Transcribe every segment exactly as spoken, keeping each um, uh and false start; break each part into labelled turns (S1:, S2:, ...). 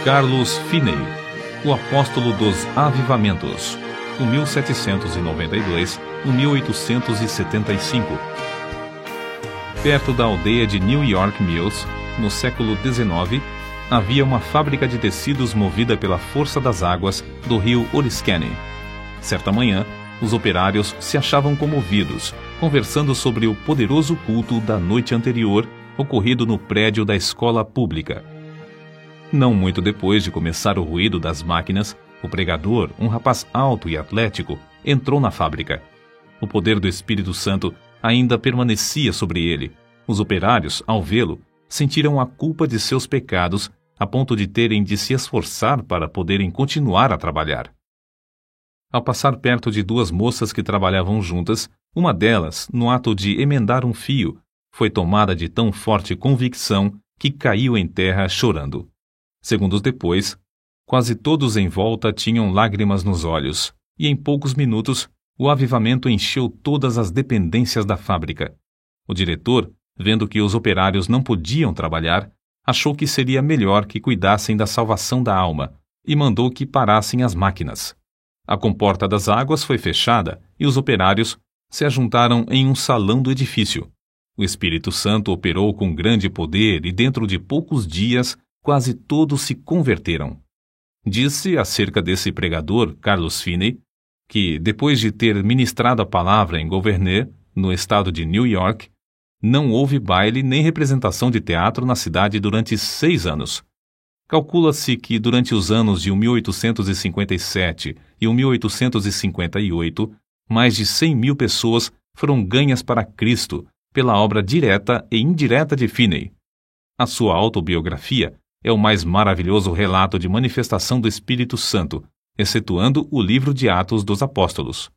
S1: Carlos Finney, o apóstolo dos avivamentos, de mil setecentos e noventa e dois a mil oitocentos e setenta e cinco. Perto da aldeia de New York Mills, no século dezenove, havia uma fábrica de tecidos movida pela força das águas do rio Oriskany. Certa manhã, os operários se achavam comovidos, conversando sobre o poderoso culto da noite anterior, ocorrido no prédio da escola pública. Não muito depois de começar o ruído das máquinas, o pregador, um rapaz alto e atlético, entrou na fábrica. O poder do Espírito Santo ainda permanecia sobre ele. Os operários, ao vê-lo, sentiram a culpa de seus pecados a ponto de terem de se esforçar para poderem continuar a trabalhar. Ao passar perto de duas moças que trabalhavam juntas, uma delas, no ato de emendar um fio, foi tomada de tão forte convicção que caiu em terra chorando. Segundos depois, quase todos em volta tinham lágrimas nos olhos, e em poucos minutos o avivamento encheu todas as dependências da fábrica. O diretor, vendo que os operários não podiam trabalhar, achou que seria melhor que cuidassem da salvação da alma e mandou que parassem as máquinas. A comporta das águas foi fechada e os operários se ajuntaram em um salão do edifício. O Espírito Santo operou com grande poder e dentro de poucos dias quase todos se converteram. Disse acerca desse pregador, Carlos Finney, que depois de ter ministrado a palavra em Gouverneur, no estado de New York, não houve baile nem representação de teatro na cidade durante seis anos. Calcula-se que durante os anos de mil oitocentos e cinquenta e sete e mil oitocentos e cinquenta e oito, mais de cem mil pessoas foram ganhas para Cristo pela obra direta e indireta de Finney. A sua autobiografia é o mais maravilhoso relato de manifestação do Espírito Santo, excetuando o livro de Atos dos Apóstolos.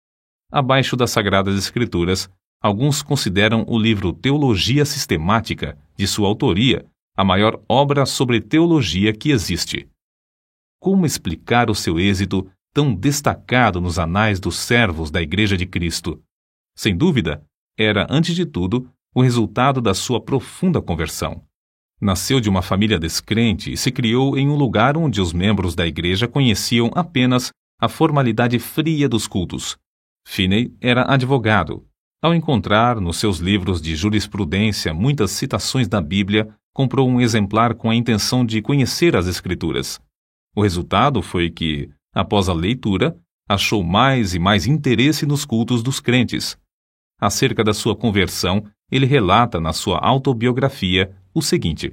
S1: Abaixo das Sagradas Escrituras, alguns consideram o livro Teologia Sistemática, de sua autoria, a maior obra sobre teologia que existe. Como explicar o seu êxito tão destacado nos anais dos servos da Igreja de Cristo? Sem dúvida, era, antes de tudo, o resultado da sua profunda conversão. Nasceu de uma família descrente e se criou em um lugar onde os membros da igreja conheciam apenas a formalidade fria dos cultos. Finney era advogado. Ao encontrar nos seus livros de jurisprudência muitas citações da Bíblia, comprou um exemplar com a intenção de conhecer as Escrituras. O resultado foi que, após a leitura, achou mais e mais interesse nos cultos dos crentes. Acerca da sua conversão, ele relata na sua autobiografia o seguinte: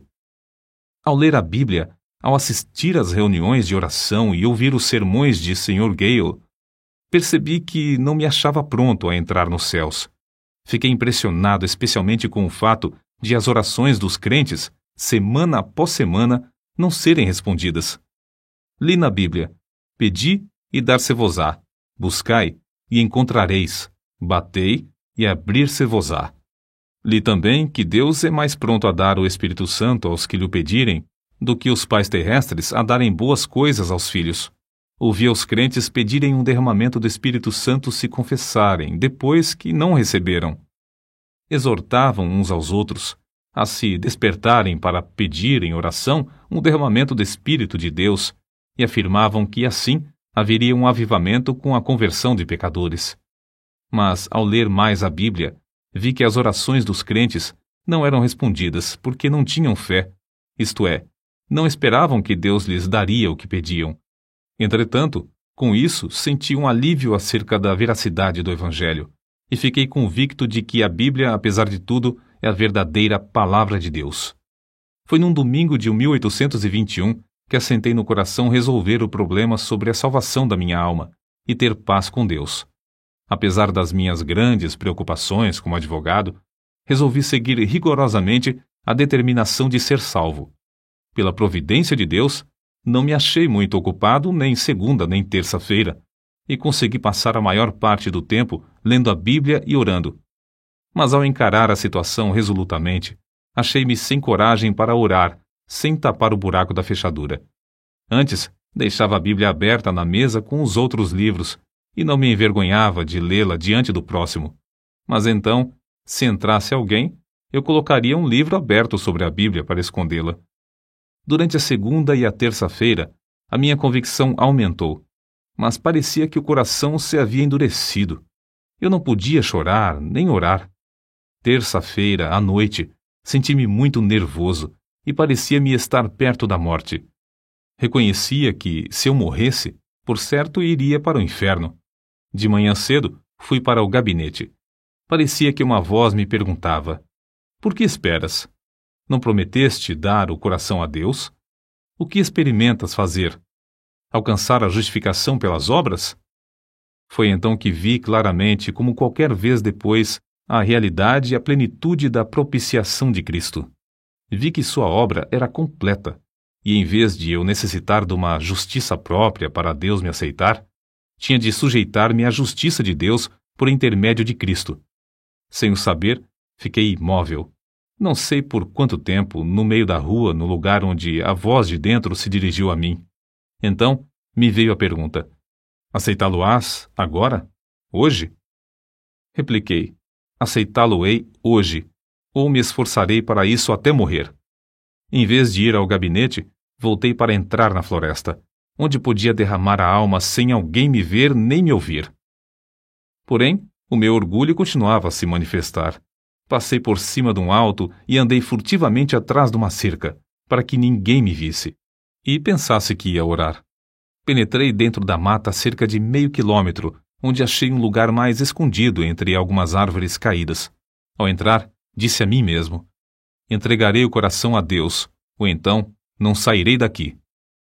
S1: ao ler a Bíblia, ao assistir às reuniões de oração e ouvir os sermões de senhor Gale, percebi que não me achava pronto a entrar nos céus. Fiquei impressionado especialmente com o fato de as orações dos crentes, semana após semana, não serem respondidas. Li na Bíblia: pedi e dar-se-vos-á, buscai e encontrareis, batei e abrir-se-vos-á. Li também que Deus é mais pronto a dar o Espírito Santo aos que lhe pedirem do que os pais terrestres a darem boas coisas aos filhos. Ouvi os crentes pedirem um derramamento do Espírito Santo se confessarem, depois que não receberam. Exortavam uns aos outros a se despertarem para pedir em oração um derramamento do Espírito de Deus e afirmavam que assim haveria um avivamento com a conversão de pecadores. Mas, ao ler mais a Bíblia, vi que as orações dos crentes não eram respondidas porque não tinham fé, isto é, não esperavam que Deus lhes daria o que pediam. Entretanto, com isso, senti um alívio acerca da veracidade do Evangelho e fiquei convicto de que a Bíblia, apesar de tudo, é a verdadeira Palavra de Deus. Foi num domingo de mil oitocentos e vinte e um que assentei no coração resolver o problema sobre a salvação da minha alma e ter paz com Deus. Apesar das minhas grandes preocupações como advogado, resolvi seguir rigorosamente a determinação de ser salvo. Pela providência de Deus, não me achei muito ocupado nem segunda nem terça-feira, e consegui passar a maior parte do tempo lendo a Bíblia e orando. Mas ao encarar a situação resolutamente, achei-me sem coragem para orar, sem tapar o buraco da fechadura. Antes, deixava a Bíblia aberta na mesa com os outros livros, e não me envergonhava de lê-la diante do próximo. Mas então, se entrasse alguém, eu colocaria um livro aberto sobre a Bíblia para escondê-la. Durante a segunda e a terça-feira, a minha convicção aumentou, mas parecia que o coração se havia endurecido. Eu não podia chorar nem orar. Terça-feira, à noite, senti-me muito nervoso e parecia-me estar perto da morte. Reconhecia que, se eu morresse, por certo iria para o inferno. De manhã cedo, fui para o gabinete. Parecia que uma voz me perguntava: por que esperas? Não prometeste dar o coração a Deus? O que experimentas fazer? Alcançar a justificação pelas obras? Foi então que vi claramente, como qualquer vez depois, a realidade e a plenitude da propiciação de Cristo. Vi que sua obra era completa, e em vez de eu necessitar de uma justiça própria para Deus me aceitar, tinha de sujeitar-me à justiça de Deus por intermédio de Cristo. Sem o saber, fiquei imóvel. Não sei por quanto tempo, no meio da rua, no lugar onde a voz de dentro se dirigiu a mim. Então, me veio a pergunta: aceitá-lo-ás agora? Hoje? Repliquei: aceitá-lo-ei hoje, ou me esforçarei para isso até morrer. Em vez de ir ao gabinete, voltei para entrar na floresta, onde podia derramar a alma sem alguém me ver nem me ouvir. Porém, o meu orgulho continuava a se manifestar. Passei por cima de um alto e andei furtivamente atrás de uma cerca, para que ninguém me visse, e pensasse que ia orar. Penetrei dentro da mata cerca de meio quilômetro, onde achei um lugar mais escondido entre algumas árvores caídas. Ao entrar, disse a mim mesmo: entregarei o coração a Deus, ou então não sairei daqui.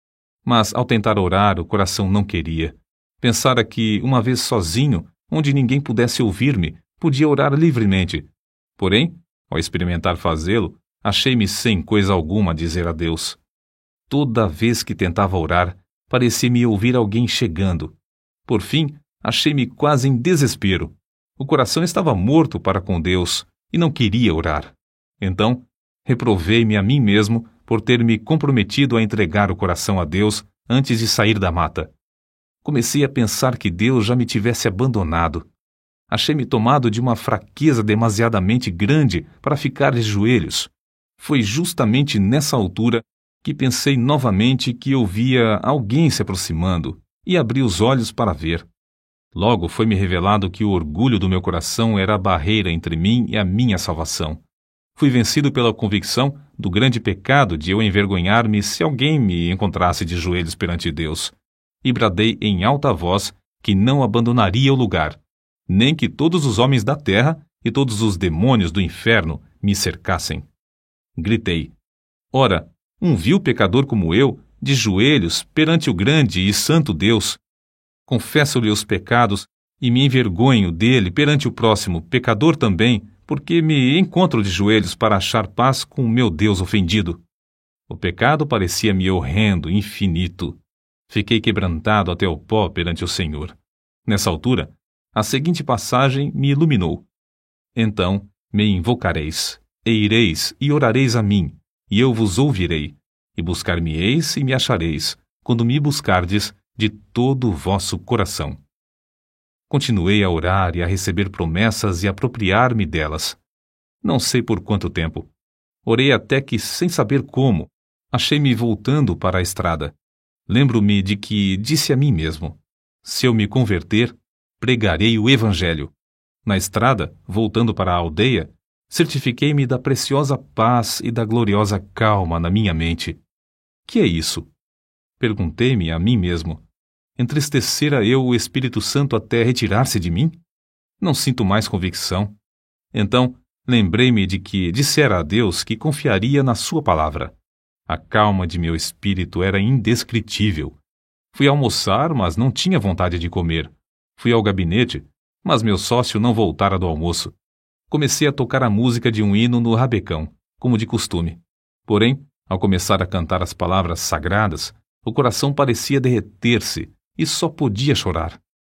S1: Mas, ao tentar orar, o coração não queria. Pensara que, uma vez sozinho, onde ninguém pudesse ouvir-me, podia orar livremente. Porém, ao experimentar fazê-lo, achei-me sem coisa alguma a dizer a Deus. Toda vez que tentava orar, parecia-me ouvir alguém chegando. Por fim, achei-me quase em desespero. O coração estava morto para com Deus e não queria orar. Então, reprovei-me a mim mesmo por ter me comprometido a entregar o coração a Deus antes de sair da mata. Comecei a pensar que Deus já me tivesse abandonado. Achei-me tomado de uma fraqueza demasiadamente grande para ficar de joelhos. Foi justamente nessa altura que pensei novamente que eu via alguém se aproximando e abri os olhos para ver. Logo foi-me revelado que o orgulho do meu coração era a barreira entre mim e a minha salvação. Fui vencido pela convicção do grande pecado de eu envergonhar-me se alguém me encontrasse de joelhos perante Deus, e bradei em alta voz que não abandonaria o lugar, nem que todos os homens da terra e todos os demônios do inferno me cercassem. Gritei: ora, um vil pecador como eu, de joelhos perante o grande e santo Deus, confesso-lhe os pecados e me envergonho dele perante o próximo, pecador também, porque me encontro de joelhos para achar paz com o meu Deus ofendido. O pecado parecia-me horrendo, infinito. Fiquei quebrantado até o pó perante o Senhor. Nessa altura, a seguinte passagem me iluminou: então me invocareis, e ireis e orareis a mim, e eu vos ouvirei, e buscar-me-eis e me achareis, quando me buscardes de todo o vosso coração. Continuei a orar e a receber promessas e apropriar-me delas. Não sei por quanto tempo. Orei até que, sem saber como, achei-me voltando para a estrada. Lembro-me de que disse a mim mesmo: se eu me converter, pregarei o Evangelho. Na estrada, voltando para a aldeia, certifiquei-me da preciosa paz e da gloriosa calma na minha mente. Que é isso? Perguntei-me a mim mesmo. Entristecera eu o Espírito Santo até retirar-se de mim? Não sinto mais convicção. Então, lembrei-me de que dissera a Deus que confiaria na sua palavra. A calma de meu espírito era indescritível. Fui almoçar, mas não tinha vontade de comer. Fui ao gabinete, mas meu sócio não voltara do almoço. Comecei a tocar a música de um hino no rabecão, como de costume. Porém, ao começar a cantar as palavras sagradas, o coração parecia derreter-se e só podia chorar.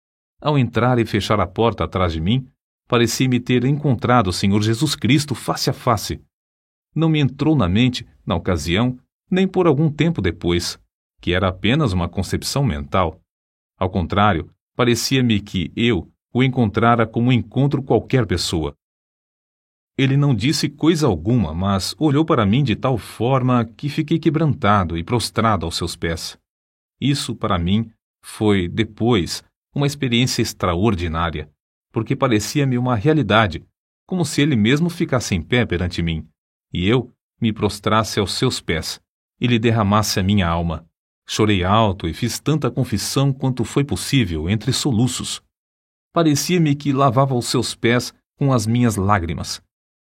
S1: Ao entrar e fechar a porta atrás de mim, parecia-me ter encontrado o Senhor Jesus Cristo face a face. Não me entrou na mente, na ocasião, nem por algum tempo depois, que era apenas uma concepção mental. Ao contrário, parecia-me que eu o encontrara como encontro qualquer pessoa. Ele não disse coisa alguma, mas olhou para mim de tal forma que fiquei quebrantado e prostrado aos seus pés. Isso, para mim, foi, depois, uma experiência extraordinária, porque parecia-me uma realidade, como se ele mesmo ficasse em pé perante mim, e eu me prostrasse aos seus pés, e lhe derramasse a minha alma. Chorei alto e fiz tanta confissão quanto foi possível entre soluços. Parecia-me que lavava os seus pés com as minhas lágrimas.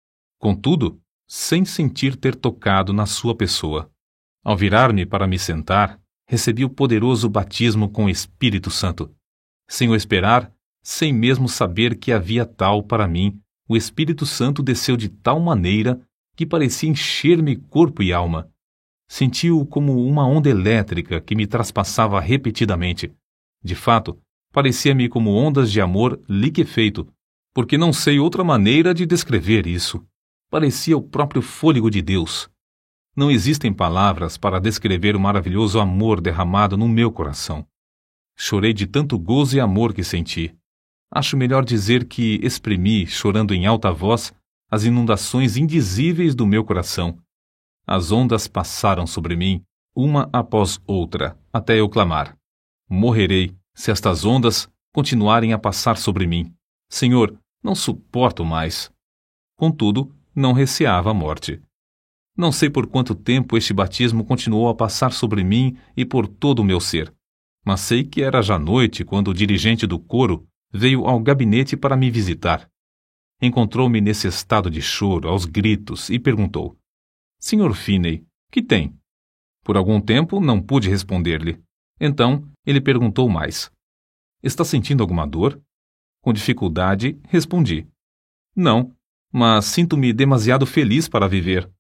S1: Contudo, sem sentir ter tocado na sua pessoa. Ao virar-me para me sentar, recebi o poderoso batismo com o Espírito Santo. Sem o esperar, sem mesmo saber que havia tal para mim, o Espírito Santo desceu de tal maneira que parecia encher-me corpo e alma. Senti-o como uma onda elétrica que me traspassava repetidamente. De fato, parecia-me como ondas de amor liquefeito, porque não sei outra maneira de descrever isso. Parecia o próprio fôlego de Deus. Não existem palavras para descrever o maravilhoso amor derramado no meu coração. Chorei de tanto gozo e amor que senti. Acho melhor dizer que exprimi, chorando em alta voz, as inundações indizíveis do meu coração. As ondas passaram sobre mim, uma após outra, até eu clamar: morrerei, se estas ondas continuarem a passar sobre mim. Senhor, não suporto mais. Contudo, não receava a morte. Não sei por quanto tempo este batismo continuou a passar sobre mim e por todo o meu ser, mas sei que era já noite quando o dirigente do coro veio ao gabinete para me visitar. Encontrou-me nesse estado de choro, aos gritos, e perguntou: senhor Finney, que tem? Por algum tempo não pude responder-lhe. Então ele perguntou mais: está sentindo alguma dor? Com dificuldade respondi: não, mas sinto-me demasiado feliz para viver.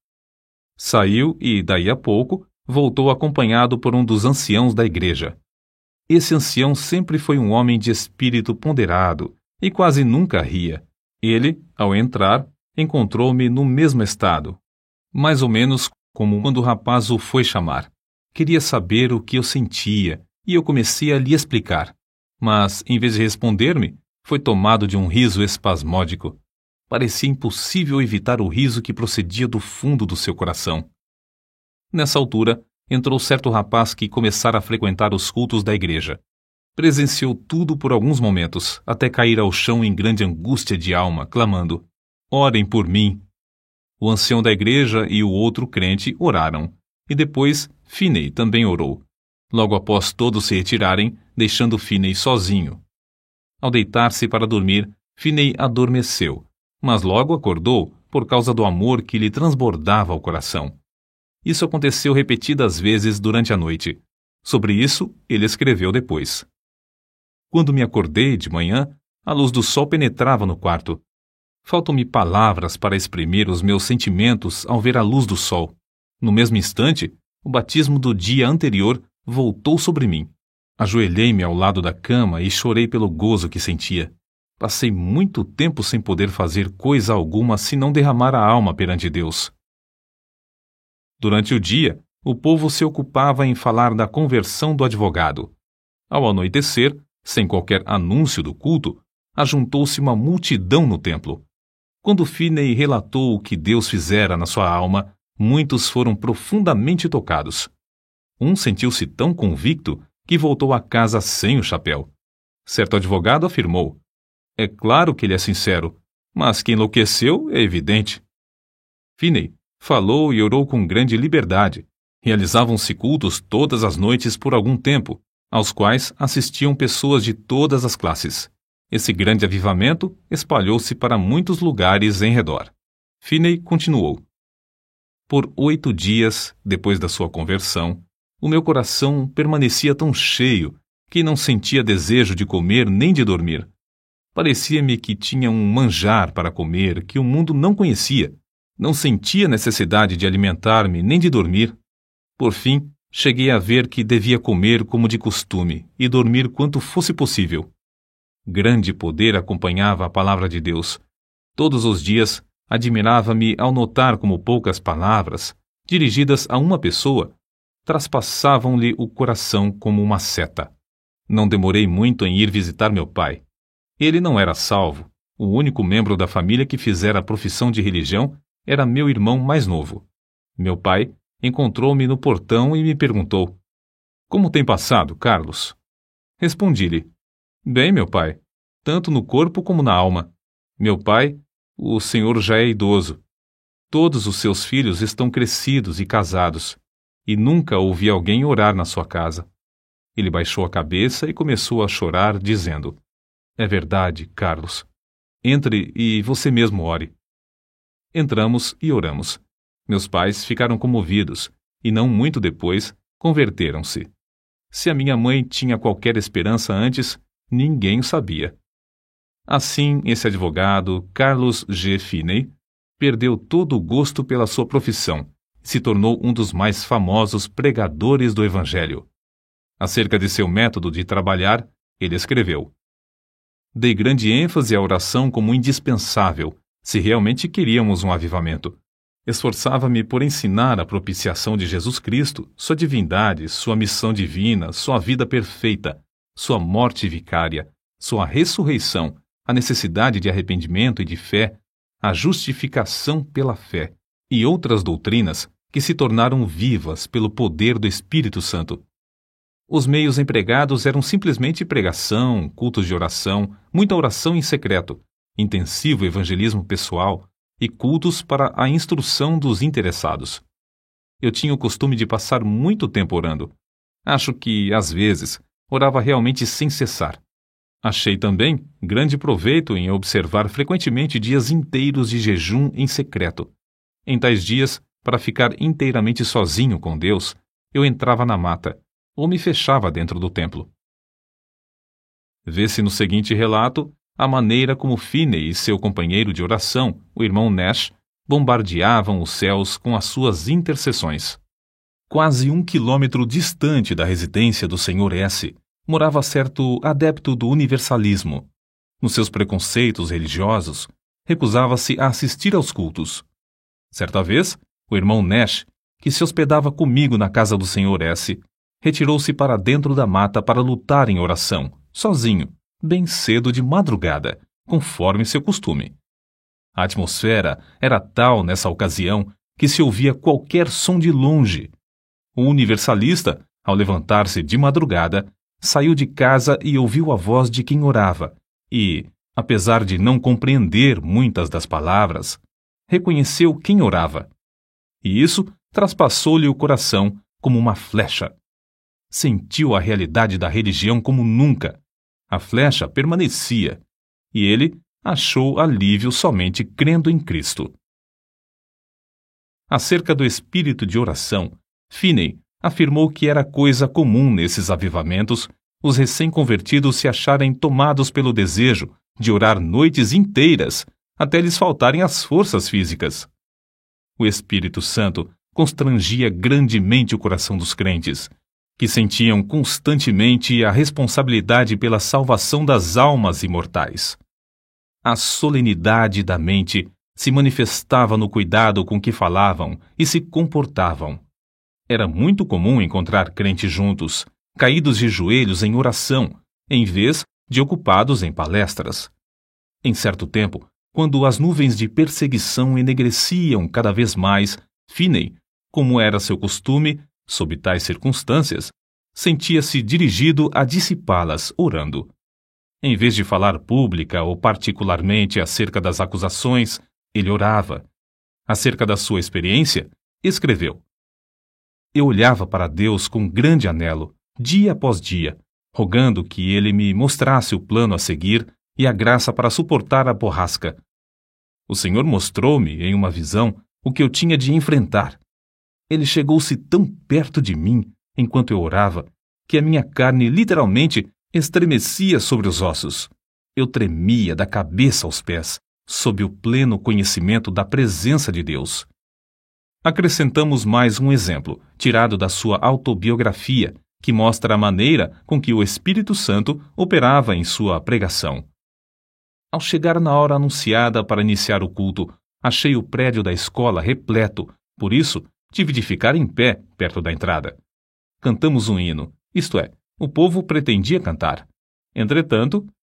S1: Saiu e, daí a pouco, voltou acompanhado por um dos anciãos da igreja. Esse ancião sempre foi um homem de espírito ponderado e quase nunca ria. Ele, ao entrar, encontrou-me no mesmo estado, mais ou menos como quando o rapaz o foi chamar. Queria saber o que eu sentia e eu comecei a lhe explicar. Mas, em vez de responder-me, foi tomado de um riso espasmódico. Parecia impossível evitar o riso que procedia do fundo do seu coração. Nessa altura, entrou certo rapaz que começara a frequentar os cultos da igreja. Presenciou tudo por alguns momentos, até cair ao chão em grande angústia de alma, clamando: orem por mim. O ancião da igreja e o outro crente oraram, e depois Finney também orou. Logo após todos se retirarem, deixando Finney sozinho. Ao deitar-se para dormir, Finney adormeceu, mas logo acordou por causa do amor que lhe transbordava ao coração. Isso aconteceu repetidas vezes durante a noite. Sobre isso, ele escreveu depois: quando me acordei de manhã, a luz do sol penetrava no quarto. Faltam-me palavras para exprimir os meus sentimentos ao ver a luz do sol. No mesmo instante, o batismo do dia anterior voltou sobre mim. Ajoelhei-me ao lado da cama e chorei pelo gozo que sentia. Passei muito tempo sem poder fazer coisa alguma senão derramar a alma perante Deus. Durante o dia, o povo se ocupava em falar da conversão do advogado. Ao anoitecer, sem qualquer anúncio do culto, ajuntou-se uma multidão no templo. Quando Finney relatou o que Deus fizera na sua alma, muitos foram profundamente tocados. Um sentiu-se tão convicto que voltou a casa sem o chapéu. Certo advogado afirmou: é claro que ele é sincero, mas que enlouqueceu é evidente. Finney falou e orou com grande liberdade. Realizavam-se cultos todas as noites por algum tempo, aos quais assistiam pessoas de todas as classes. Esse grande avivamento espalhou-se para muitos lugares em redor. Finney continuou: por oito dias, depois da sua conversão, o meu coração permanecia tão cheio que não sentia desejo de comer nem de dormir. Parecia-me que tinha um manjar para comer que o mundo não conhecia. Não sentia necessidade de alimentar-me nem de dormir. Por fim, cheguei a ver que devia comer como de costume e dormir quanto fosse possível. Grande poder acompanhava a palavra de Deus. Todos os dias, admirava-me ao notar como poucas palavras, dirigidas a uma pessoa, traspassavam-lhe o coração como uma seta. Não demorei muito em ir visitar meu pai. Ele não era salvo, O único membro da família que fizera a profissão de religião era meu irmão mais novo. Meu pai encontrou-me no portão e me perguntou: "Como tem passado, Carlos?" Respondi-lhe: "Bem, meu pai, tanto no corpo como na alma. Meu pai, o senhor já é idoso. Todos os seus filhos estão crescidos e casados, e nunca ouvi alguém orar na sua casa." Ele baixou a cabeça e começou a chorar, dizendo: "É verdade, Carlos. Entre e você mesmo ore." Entramos e oramos. Meus pais ficaram comovidos e, não muito depois, converteram-se. Se a minha mãe tinha qualquer esperança antes, ninguém o sabia. Assim, esse advogado, Carlos G. Finney, perdeu todo o gosto pela sua profissão e se tornou um dos mais famosos pregadores do Evangelho. Acerca de seu método de trabalhar, ele escreveu: "Dei grande ênfase à oração como indispensável, se realmente queríamos um avivamento. Esforçava-me por ensinar a propiciação de Jesus Cristo, sua divindade, sua missão divina, sua vida perfeita, sua morte vicária, sua ressurreição, a necessidade de arrependimento e de fé, a justificação pela fé e outras doutrinas que se tornaram vivas pelo poder do Espírito Santo. Os meios empregados eram simplesmente pregação, cultos de oração, muita oração em secreto, intensivo evangelismo pessoal e cultos para a instrução dos interessados. Eu tinha o costume de passar muito tempo orando. Acho que, às vezes, orava realmente sem cessar. Achei também grande proveito em observar frequentemente dias inteiros de jejum em secreto. Em tais dias, para ficar inteiramente sozinho com Deus, eu entrava na mata, ou me fechava dentro do templo. Vê-se no seguinte relato a maneira como Finney e seu companheiro de oração, o irmão Nash, bombardeavam os céus com as suas intercessões. Quase um quilômetro distante da residência do senhor S., morava certo adepto do universalismo. Nos seus preconceitos religiosos, recusava-se a assistir aos cultos. Certa vez, o irmão Nash, que se hospedava comigo na casa do senhor S., retirou-se para dentro da mata para lutar em oração, sozinho, bem cedo de madrugada, conforme seu costume. A atmosfera era tal nessa ocasião que se ouvia qualquer som de longe. O universalista, ao levantar-se de madrugada, saiu de casa e ouviu a voz de quem orava e, apesar de não compreender muitas das palavras, reconheceu quem orava. E isso traspassou-lhe o coração como uma flecha. Sentiu a realidade da religião como nunca. A flecha permanecia, e ele achou alívio somente crendo em Cristo. Acerca do espírito de oração, Finney afirmou que era coisa comum nesses avivamentos os recém-convertidos se acharem tomados pelo desejo de orar noites inteiras até lhes faltarem as forças físicas. O Espírito Santo constrangia grandemente o coração dos crentes, que sentiam constantemente a responsabilidade pela salvação das almas imortais. A solenidade da mente se manifestava no cuidado com que falavam e se comportavam. Era muito comum encontrar crentes juntos, caídos de joelhos em oração, em vez de ocupados em palestras. Em certo tempo, quando as nuvens de perseguição enegreciam cada vez mais, Finney, como era seu costume, sob tais circunstâncias, sentia-se dirigido a dissipá-las, orando. Em vez de falar pública ou particularmente acerca das acusações, ele orava. Acerca da sua experiência, escreveu: "Eu olhava para Deus com grande anelo, dia após dia, rogando que Ele me mostrasse o plano a seguir e a graça para suportar a borrasca. O Senhor mostrou-me, em uma visão, o que eu tinha de enfrentar. Ele chegou-se tão perto de mim, enquanto eu orava, que a minha carne literalmente estremecia sobre os ossos. Eu tremia da cabeça aos pés, sob o pleno conhecimento da presença de Deus." Acrescentamos mais um exemplo, tirado da sua autobiografia, que mostra a maneira com que o Espírito Santo operava em sua pregação. Ao chegar na hora anunciada para iniciar o culto, achei o prédio da escola repleto, por isso tive de ficar em pé perto da entrada. Cantamos um hino, isto é, o povo pretendia cantar. Entretanto,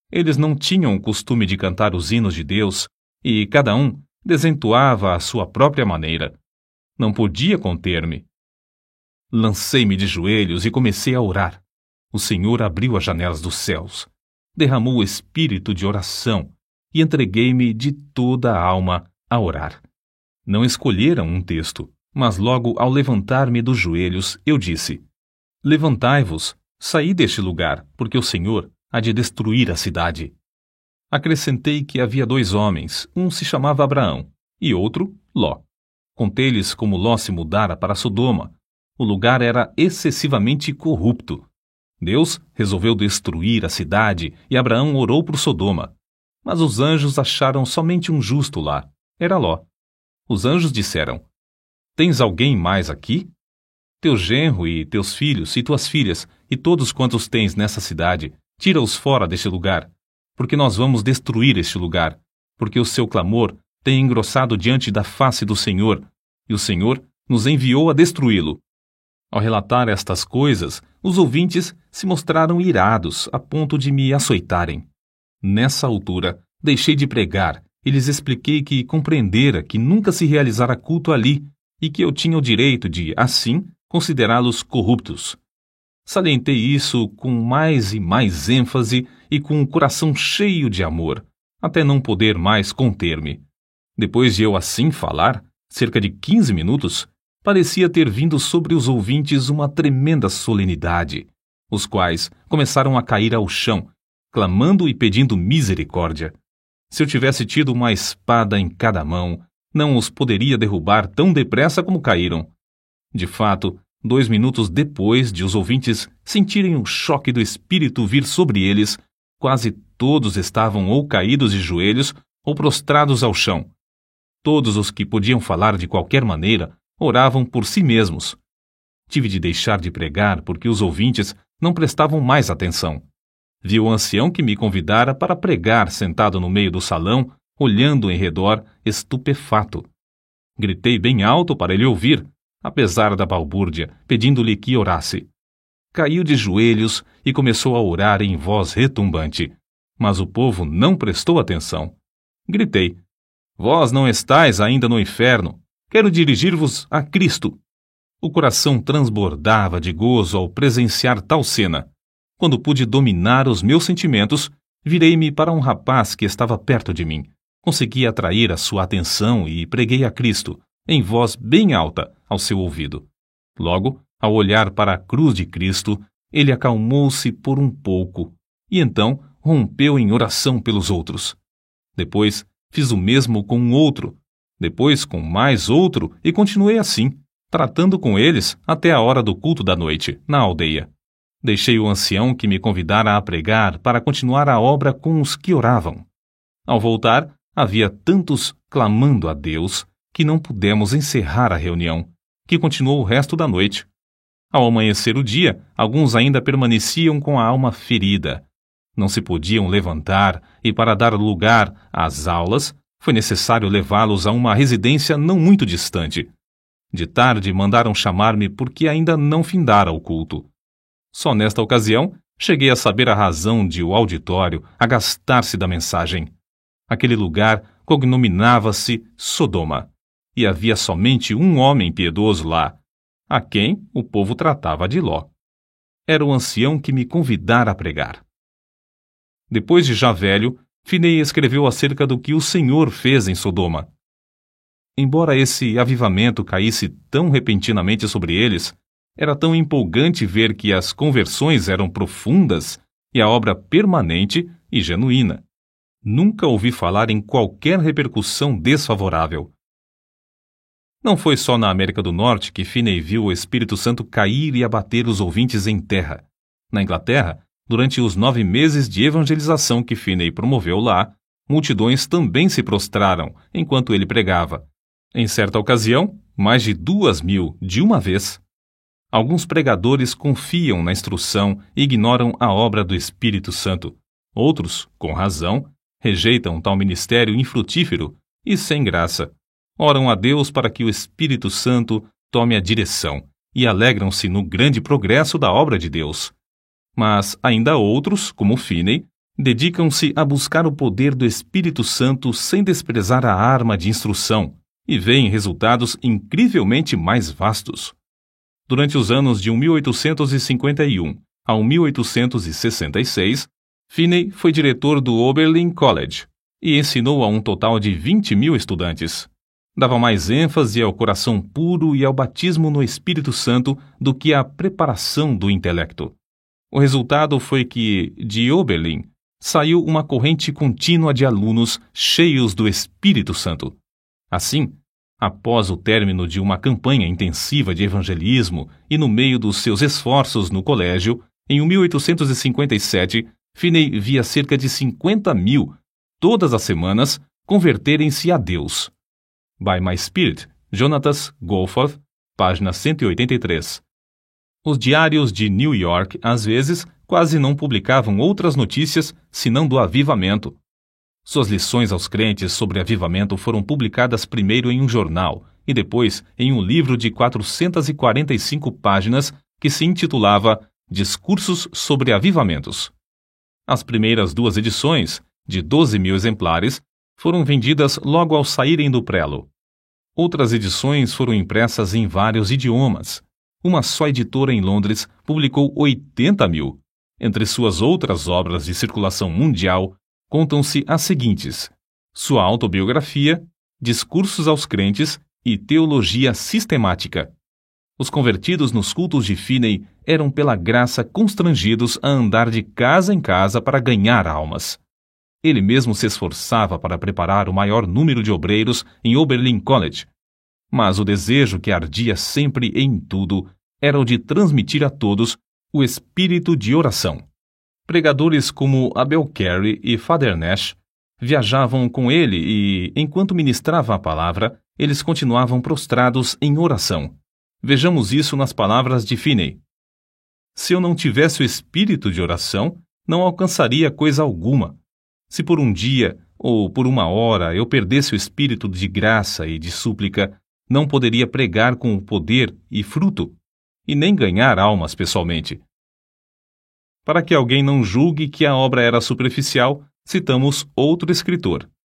S1: Eles não tinham o costume de cantar os hinos de Deus e cada um desentoava à sua própria maneira. Não podia conter-me. Lancei-me de joelhos e comecei a orar. O Senhor abriu as janelas dos céus, derramou o espírito de oração e entreguei-me de toda a alma a orar. Não escolheram um texto, mas logo ao levantar-me dos joelhos, eu disse: Levantai-vos, saí deste lugar, porque o Senhor há de destruir a cidade. Acrescentei que havia dois homens, um se chamava Abraão e outro Ló. Contei-lhes como Ló se mudara para Sodoma. O lugar era excessivamente corrupto. Deus resolveu destruir a cidade e Abraão orou por Sodoma. Mas os anjos acharam somente um justo lá. Era Ló. Os anjos disseram: Tens alguém mais aqui? Teu genro e teus filhos e tuas filhas e todos quantos tens nessa cidade, tira-os fora deste lugar, porque nós vamos destruir este lugar, porque o seu clamor tem engrossado diante da face do Senhor, e o Senhor nos enviou a destruí-lo. Ao relatar estas coisas, os ouvintes se mostraram irados a ponto de me açoitarem. Nessa altura, deixei de pregar e lhes expliquei que compreendera que nunca se realizara culto ali e que eu tinha o direito de, assim, considerá-los corruptos. Salientei isso com mais e mais ênfase e com o coração cheio de amor, até não poder mais conter-me. Depois de eu assim falar, cerca de quinze minutos, parecia ter vindo sobre os ouvintes uma tremenda solenidade, os quais começaram a cair ao chão, clamando e pedindo misericórdia. Se eu tivesse tido uma espada em cada mão, não os poderia derrubar tão depressa como caíram. De fato, dois minutos depois de os ouvintes sentirem o choque do espírito vir sobre eles, quase todos estavam ou caídos de joelhos ou prostrados ao chão. Todos os que podiam falar de qualquer maneira oravam por si mesmos. Tive de deixar de pregar porque os ouvintes não prestavam mais atenção. Vi o ancião que me convidara para pregar sentado no meio do salão, olhando em redor, estupefato. Gritei bem alto para ele ouvir, apesar da balbúrdia, pedindo-lhe que orasse. Caiu de joelhos e começou a orar em voz retumbante, mas o povo não prestou atenção. Gritei: Vós não estáis ainda no inferno. Quero dirigir-vos a Cristo. O coração transbordava de gozo ao presenciar tal cena. Quando pude dominar os meus sentimentos, virei-me para um rapaz que estava perto de mim. Consegui atrair a sua atenção e preguei a Cristo, em voz bem alta, ao seu ouvido. Logo, ao olhar para a cruz de Cristo, ele acalmou-se por um pouco e então rompeu em oração pelos outros. Depois, fiz o mesmo com um outro, depois com mais outro e continuei assim, tratando com eles até a hora do culto da noite, na aldeia. Deixei o ancião que me convidara a pregar para continuar a obra com os que oravam. Ao voltar, havia tantos clamando a Deus que não pudemos encerrar a reunião, que continuou o resto da noite. Ao amanhecer o dia, alguns ainda permaneciam com a alma ferida. Não se podiam levantar e, para dar lugar às aulas, foi necessário levá-los a uma residência não muito distante. De tarde mandaram chamar-me porque ainda não findara o culto. Só nesta ocasião cheguei a saber a razão de o auditório agastar-se da mensagem. Aquele lugar cognominava-se Sodoma, e havia somente um homem piedoso lá, a quem o povo tratava de Ló. Era o ancião que me convidara a pregar. Depois de já velho, Finney escreveu acerca do que o Senhor fez em Sodoma. Embora esse avivamento caísse tão repentinamente sobre eles, era tão empolgante ver que as conversões eram profundas e a obra permanente e genuína. Nunca ouvi falar em qualquer repercussão desfavorável. Não foi só na América do Norte que Finney viu o Espírito Santo cair e abater os ouvintes em terra. Na Inglaterra, durante os nove meses de evangelização que Finney promoveu lá, multidões também se prostraram enquanto ele pregava. Em certa ocasião, mais de duas mil de uma vez. Alguns pregadores confiam na instrução e ignoram a obra do Espírito Santo. Outros, com razão, rejeitam tal ministério infrutífero e sem graça. Oram a Deus para que o Espírito Santo tome a direção e alegram-se no grande progresso da obra de Deus. Mas ainda outros, como Finney, Dedicam-se a buscar o poder do Espírito Santo sem desprezar a arma de instrução e veem resultados incrivelmente mais vastos. Durante os anos de mil oitocentos e cinquenta e um a mil oitocentos e sessenta e seis, Finney foi diretor do Oberlin College e ensinou a um total de vinte mil estudantes. Dava mais ênfase ao coração puro e ao batismo no Espírito Santo do que à preparação do intelecto. O resultado foi que, de Oberlin, saiu uma corrente contínua de alunos cheios do Espírito Santo. Assim, após o término de uma campanha intensiva de evangelismo e no meio dos seus esforços no colégio, em mil oitocentos e cinquenta e sete, Finney via cerca de cinquenta mil, todas as semanas, converterem-se a Deus. By My Spirit, Jonathan Goforth, página cento e oitenta e três. Os diários de New York, às vezes, quase não publicavam outras notícias senão do avivamento. Suas lições aos crentes sobre avivamento foram publicadas primeiro em um jornal e depois em um livro de quatrocentas e quarenta e cinco páginas que se intitulava Discursos sobre Avivamentos. As primeiras duas edições, de doze mil exemplares, foram vendidas logo ao saírem do prelo. Outras edições foram impressas em vários idiomas. Uma só editora em Londres publicou oitenta mil. Entre suas outras obras de circulação mundial, contam-se as seguintes: sua autobiografia, Discursos aos Crentes e Teologia Sistemática. Os convertidos nos cultos de Finney eram pela graça constrangidos a andar de casa em casa para ganhar almas. Ele mesmo se esforçava para preparar o maior número de obreiros em Oberlin College, mas o desejo que ardia sempre em tudo era o de transmitir a todos o espírito de oração. Pregadores como Abel Carey e Father Nash viajavam com ele e, enquanto ministrava a palavra, eles continuavam prostrados em oração. Vejamos isso nas palavras de Finney. Se eu não tivesse o espírito de oração, não alcançaria coisa alguma. Se por um dia ou por uma hora eu perdesse o espírito de graça e de súplica, não poderia pregar com o poder e fruto, e nem ganhar almas pessoalmente. Para que alguém não julgue que a obra era superficial, citamos outro escritor.